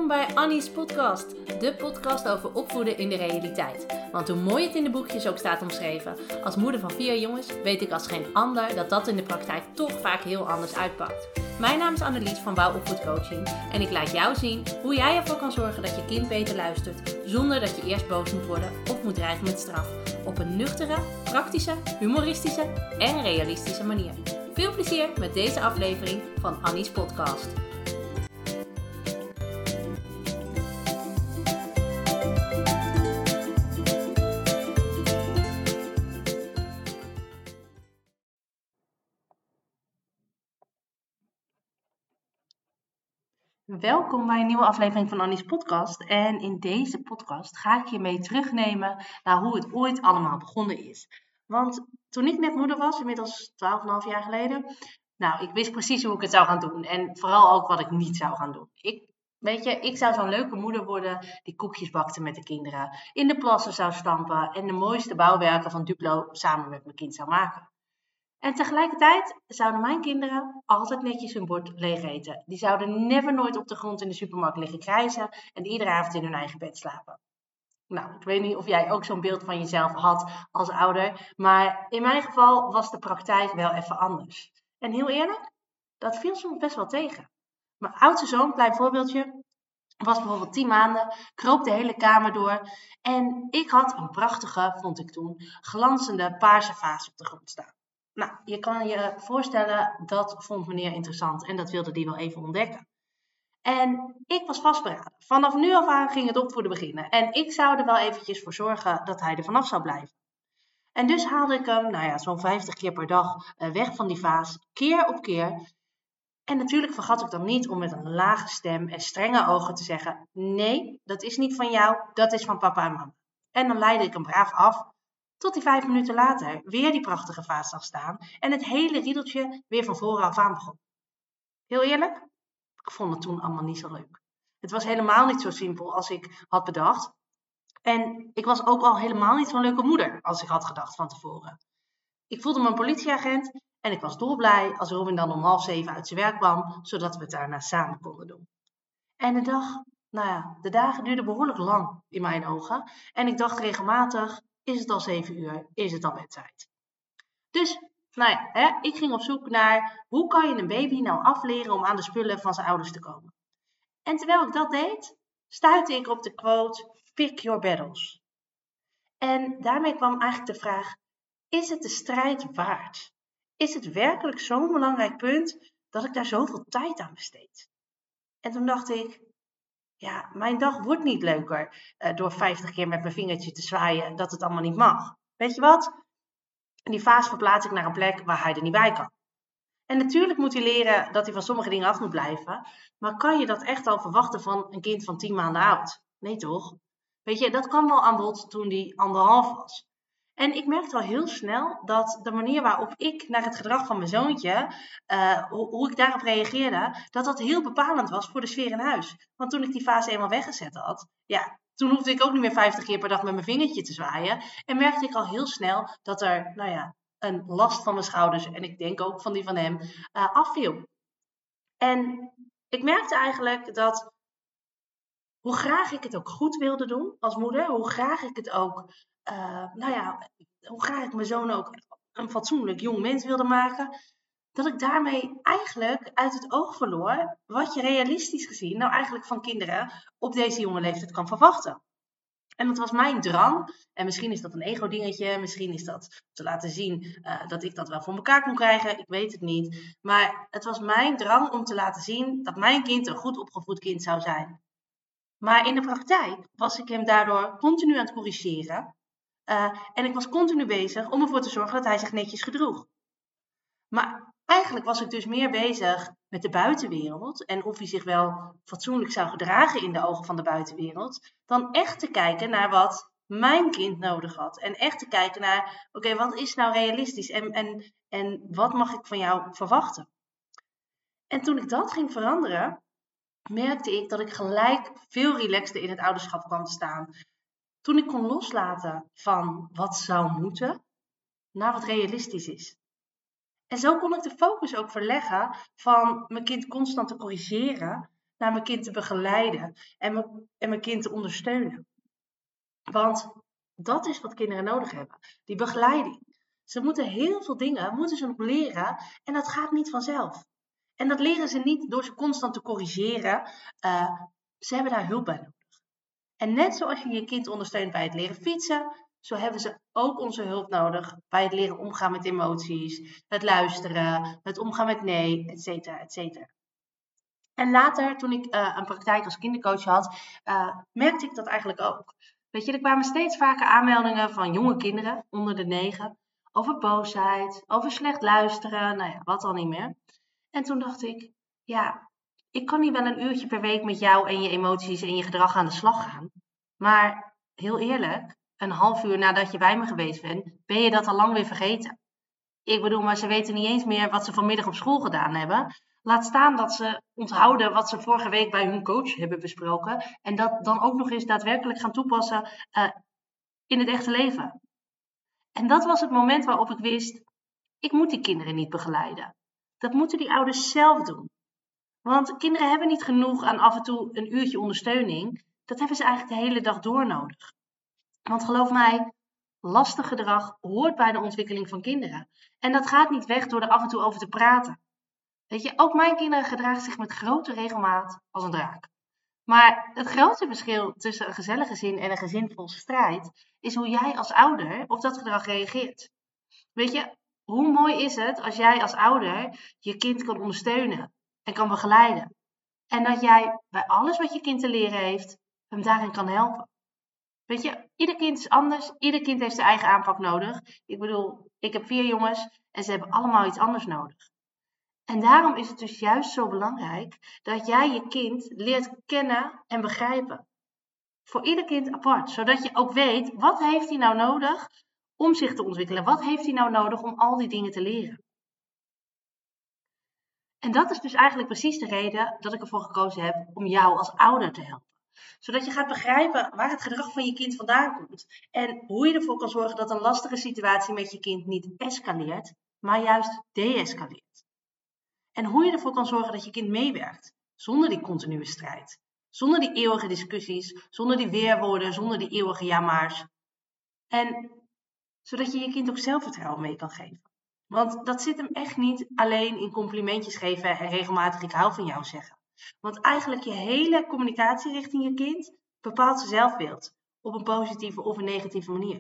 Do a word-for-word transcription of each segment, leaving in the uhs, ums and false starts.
Welkom bij Annie's podcast, de podcast over opvoeden in de realiteit. Want hoe mooi het in de boekjes ook staat omschreven, als moeder van vier jongens weet ik als geen ander dat dat in de praktijk toch vaak heel anders uitpakt. Mijn naam is Annelies van Wouw Opvoedcoaching en ik laat jou zien hoe jij ervoor kan zorgen dat je kind beter luistert, zonder dat je eerst boos moet worden of moet dreigen met straf. Op een nuchtere, praktische, humoristische en realistische manier. Veel plezier met deze aflevering van Annie's podcast. Welkom bij een nieuwe aflevering van Annie's podcast. En in deze podcast ga ik je mee terugnemen naar hoe het ooit allemaal begonnen is. Want toen ik net moeder was, inmiddels twaalf komma vijf jaar geleden, nou, ik wist precies hoe ik het zou gaan doen. En vooral ook wat ik niet zou gaan doen. Ik, weet je, ik zou zo'n leuke moeder worden die koekjes bakte met de kinderen, in de plassen zou stampen en de mooiste bouwwerken van Duplo samen met mijn kind zou maken. En tegelijkertijd zouden mijn kinderen altijd netjes hun bord leeg eten. Die zouden never nooit op de grond in de supermarkt liggen krijsen en iedere avond in hun eigen bed slapen. Nou, ik weet niet of jij ook zo'n beeld van jezelf had als ouder, maar in mijn geval was de praktijk wel even anders. En heel eerlijk, dat viel soms best wel tegen. Mijn oudste zoon, klein voorbeeldje, was bijvoorbeeld tien maanden, kroop de hele kamer door en ik had een prachtige, vond ik toen, glanzende paarse vaas op de grond staan. Nou, je kan je voorstellen, dat vond meneer interessant en dat wilde hij wel even ontdekken. En ik was vastberaden. Vanaf nu af aan ging het opvoeden beginnen. En ik zou er wel eventjes voor zorgen dat hij er vanaf zou blijven. En dus haalde ik hem, nou ja, zo'n vijftig keer per dag weg van die vaas, keer op keer. En natuurlijk vergat ik dan niet om met een lage stem en strenge ogen te zeggen: nee, dat is niet van jou, dat is van papa en mama. En dan leidde ik hem braaf af. Tot hij vijf minuten later weer die prachtige vaas zag staan en het hele riedeltje weer van vooraf aan begon. Heel eerlijk, ik vond het toen allemaal niet zo leuk. Het was helemaal niet zo simpel als ik had bedacht. En ik was ook al helemaal niet zo'n leuke moeder als ik had gedacht van tevoren. Ik voelde me een politieagent en ik was dolblij als Robin dan om half zeven uit zijn werk kwam, zodat we het daarna samen konden doen. En de dag, nou ja, de dagen duurden behoorlijk lang in mijn ogen. En ik dacht regelmatig: is het al zeven uur? Is het al bedtijd? Dus, nou ja, hè, ik ging op zoek naar hoe kan je een baby nou afleren om aan de spullen van zijn ouders te komen. En terwijl ik dat deed, stuitte ik op de quote: pick your battles. En daarmee kwam eigenlijk de vraag: is het de strijd waard? Is het werkelijk zo'n belangrijk punt dat ik daar zoveel tijd aan besteed? En toen dacht ik: ja, mijn dag wordt niet leuker uh, door vijftig keer met mijn vingertje te zwaaien dat het allemaal niet mag. Weet je wat? Die vaas verplaats ik naar een plek waar hij er niet bij kan. En natuurlijk moet hij leren dat hij van sommige dingen af moet blijven. Maar kan je dat echt al verwachten van een kind van tien maanden oud? Nee toch? Weet je, dat kwam wel aan bod toen hij anderhalf was. En ik merkte al heel snel dat de manier waarop ik naar het gedrag van mijn zoontje, uh, hoe, hoe ik daarop reageerde, dat dat heel bepalend was voor de sfeer in huis. Want toen ik die fase eenmaal weggezet had, ja, toen hoefde ik ook niet meer vijftig keer per dag met mijn vingertje te zwaaien. En merkte ik al heel snel dat er, nou ja, een last van mijn schouders, en ik denk ook van die van hem, uh, afviel. En ik merkte eigenlijk dat, hoe graag ik het ook goed wilde doen als moeder, hoe graag ik het ook, uh, nou ja, hoe graag ik mijn zoon ook een fatsoenlijk jong mens wilde maken, dat ik daarmee eigenlijk uit het oog verloor wat je realistisch gezien nou eigenlijk van kinderen op deze jonge leeftijd kan verwachten. En dat was mijn drang, en misschien is dat een ego-dingetje, misschien is dat te laten zien uh, dat ik dat wel voor elkaar kon krijgen, ik weet het niet. Maar het was mijn drang om te laten zien dat mijn kind een goed opgevoed kind zou zijn. Maar in de praktijk was ik hem daardoor continu aan het corrigeren. Uh, en ik was continu bezig om ervoor te zorgen dat hij zich netjes gedroeg. Maar eigenlijk was ik dus meer bezig met de buitenwereld en of hij zich wel fatsoenlijk zou gedragen in de ogen van de buitenwereld, dan echt te kijken naar wat mijn kind nodig had. En echt te kijken naar, oké, okay, wat is nou realistisch en, en, en wat mag ik van jou verwachten? En toen ik dat ging veranderen, merkte ik dat ik gelijk veel relaxter in het ouderschap kwam te staan. Toen ik kon loslaten van wat zou moeten, naar wat realistisch is. En zo kon ik de focus ook verleggen van mijn kind constant te corrigeren naar mijn kind te begeleiden en mijn, en mijn kind te ondersteunen. Want dat is wat kinderen nodig hebben, die begeleiding. Ze moeten heel veel dingen, moeten ze nog leren en dat gaat niet vanzelf. En dat leren ze niet door ze constant te corrigeren. Uh, ze hebben daar hulp bij nodig. En net zoals je je kind ondersteunt bij het leren fietsen, zo hebben ze ook onze hulp nodig bij het leren omgaan met emoties, het luisteren, het omgaan met nee, et cetera, et cetera. En later, toen ik uh, een praktijk als kindercoach had, uh, merkte ik dat eigenlijk ook. Weet je, er kwamen steeds vaker aanmeldingen van jonge kinderen, onder de negen, over boosheid, over slecht luisteren, nou ja, wat dan niet meer. En toen dacht ik, ja, ik kan niet wel een uurtje per week met jou en je emoties en je gedrag aan de slag gaan. Maar heel eerlijk, een half uur nadat je bij me geweest bent, ben je dat al lang weer vergeten. Ik bedoel, maar ze weten niet eens meer wat ze vanmiddag op school gedaan hebben. Laat staan dat ze onthouden wat ze vorige week bij hun coach hebben besproken. En dat dan ook nog eens daadwerkelijk gaan toepassen uh, in het echte leven. En dat was het moment waarop ik wist, ik moet die kinderen niet begeleiden. Dat moeten die ouders zelf doen. Want kinderen hebben niet genoeg aan af en toe een uurtje ondersteuning. Dat hebben ze eigenlijk de hele dag door nodig. Want geloof mij, lastig gedrag hoort bij de ontwikkeling van kinderen. En dat gaat niet weg door er af en toe over te praten. Weet je, ook mijn kinderen gedragen zich met grote regelmaat als een draak. Maar het grote verschil tussen een gezellig gezin en een gezin vol strijd is hoe jij als ouder op dat gedrag reageert. Weet je, hoe mooi is het als jij als ouder je kind kan ondersteunen en kan begeleiden. En dat jij bij alles wat je kind te leren heeft, hem daarin kan helpen. Weet je, ieder kind is anders. Ieder kind heeft zijn eigen aanpak nodig. Ik bedoel, ik heb vier jongens en ze hebben allemaal iets anders nodig. En daarom is het dus juist zo belangrijk dat jij je kind leert kennen en begrijpen. Voor ieder kind apart, zodat je ook weet, wat heeft hij nou nodig om zich te ontwikkelen? Wat heeft hij nou nodig om al die dingen te leren? En dat is dus eigenlijk precies de reden dat ik ervoor gekozen heb om jou als ouder te helpen. Zodat je gaat begrijpen waar het gedrag van je kind vandaan komt. En hoe je ervoor kan zorgen dat een lastige situatie met je kind niet escaleert, maar juist deescaleert. En hoe je ervoor kan zorgen dat je kind meewerkt, zonder die continue strijd. Zonder die eeuwige discussies, zonder die weerwoorden, zonder die eeuwige ja-maars. En zodat je je kind ook zelfvertrouwen mee kan geven. Want dat zit hem echt niet alleen in complimentjes geven en regelmatig ik hou van jou zeggen. Want eigenlijk je hele communicatie richting je kind bepaalt zijn zelfbeeld. Op een positieve of een negatieve manier.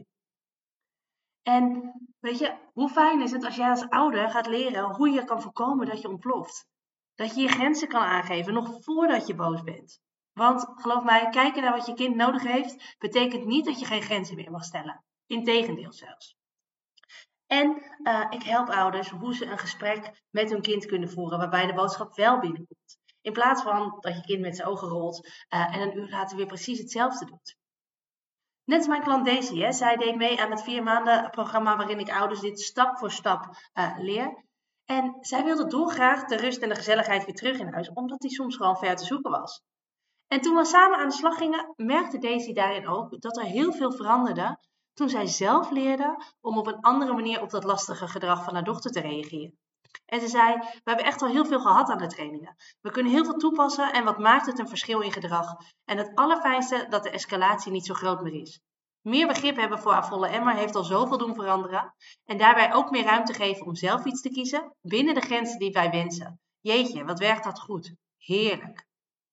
En weet je, hoe fijn is het als jij als ouder gaat leren hoe je kan voorkomen dat je ontploft. Dat je je grenzen kan aangeven nog voordat je boos bent. Want geloof mij, kijken naar wat je kind nodig heeft, betekent niet dat je geen grenzen meer mag stellen. Integendeel zelfs. En uh, ik help ouders hoe ze een gesprek met hun kind kunnen voeren waarbij de boodschap wel binnenkomt. In plaats van dat je kind met zijn ogen rolt uh, en een uur later weer precies hetzelfde doet. Net als mijn klant Daisy, hè, zij deed mee aan het vier maanden programma waarin ik ouders dit stap voor stap uh, leer. En zij wilde dolgraag de rust en de gezelligheid weer terug in huis, omdat die soms gewoon ver te zoeken was. En toen we samen aan de slag gingen, merkte Daisy daarin ook dat er heel veel veranderde toen zij zelf leerde om op een andere manier op dat lastige gedrag van haar dochter te reageren. En ze zei, we hebben echt al heel veel gehad aan de trainingen. We kunnen heel veel toepassen en wat maakt het een verschil in gedrag? En het allerfijnste dat de escalatie niet zo groot meer is. Meer begrip hebben voor haar volle emmer heeft al zoveel doen veranderen. En daarbij ook meer ruimte geven om zelf iets te kiezen binnen de grenzen die wij wensen. Jeetje, wat werkt dat goed. Heerlijk.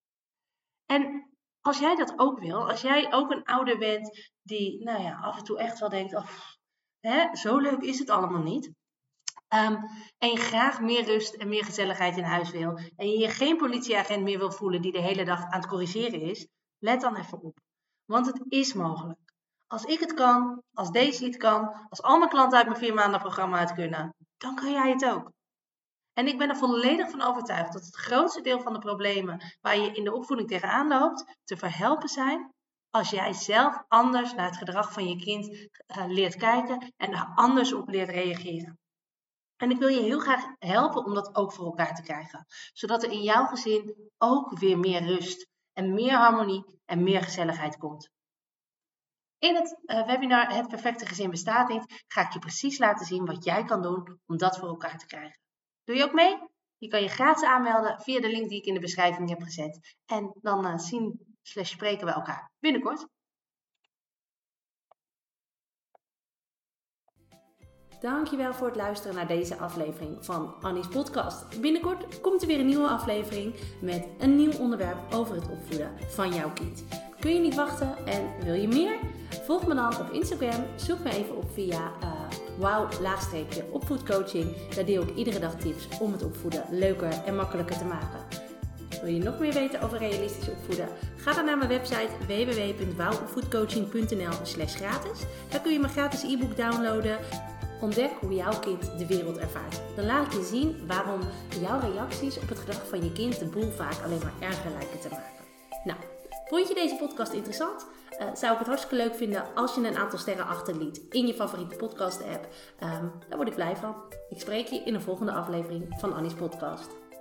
En als jij dat ook wil, als jij ook een ouder bent die nou ja, af en toe echt wel denkt, oh, hè, zo leuk is het allemaal niet. Um, en je graag meer rust en meer gezelligheid in huis wil. En je je geen politieagent meer wil voelen die de hele dag aan het corrigeren is. Let dan even op. Want het is mogelijk. Als ik het kan, als Daisy het kan, als al mijn klanten uit mijn vier maanden programma het kunnen, dan kan jij het ook. En ik ben er volledig van overtuigd dat het grootste deel van de problemen waar je in de opvoeding tegenaan loopt, te verhelpen zijn als jij zelf anders naar het gedrag van je kind uh, leert kijken en er anders op leert reageren. En ik wil je heel graag helpen om dat ook voor elkaar te krijgen. Zodat er in jouw gezin ook weer meer rust en meer harmonie en meer gezelligheid komt. In het uh, webinar Het Perfecte Gezin Bestaat Niet ga ik je precies laten zien wat jij kan doen om dat voor elkaar te krijgen. Doe je ook mee? Je kan je gratis aanmelden via de link die ik in de beschrijving heb gezet. En dan uh, zien slash spreken we elkaar binnenkort. Dankjewel voor het luisteren naar deze aflevering van Annie's podcast. Binnenkort komt er weer een nieuwe aflevering met een nieuw onderwerp over het opvoeden van jouw kind. Kun je niet wachten en wil je meer? Volg me dan op Instagram. Zoek me even op via uh, wow-opvoedcoaching. Daar deel ik iedere dag tips om het opvoeden leuker en makkelijker te maken. Wil je nog meer weten over realistisch opvoeden? Ga dan naar mijn website w w w punt wow opvoedcoaching punt n l slash gratis. Daar kun je mijn gratis e-book downloaden. Ontdek hoe jouw kind de wereld ervaart. Dan laat ik je zien waarom jouw reacties op het gedrag van je kind de boel vaak alleen maar erger lijken te maken. Nou, vond je deze podcast interessant? Uh, zou ik het hartstikke leuk vinden als je een aantal sterren achterliet in je favoriete podcast app. Um, daar word ik blij van. Ik spreek je in de volgende aflevering van Annie's podcast.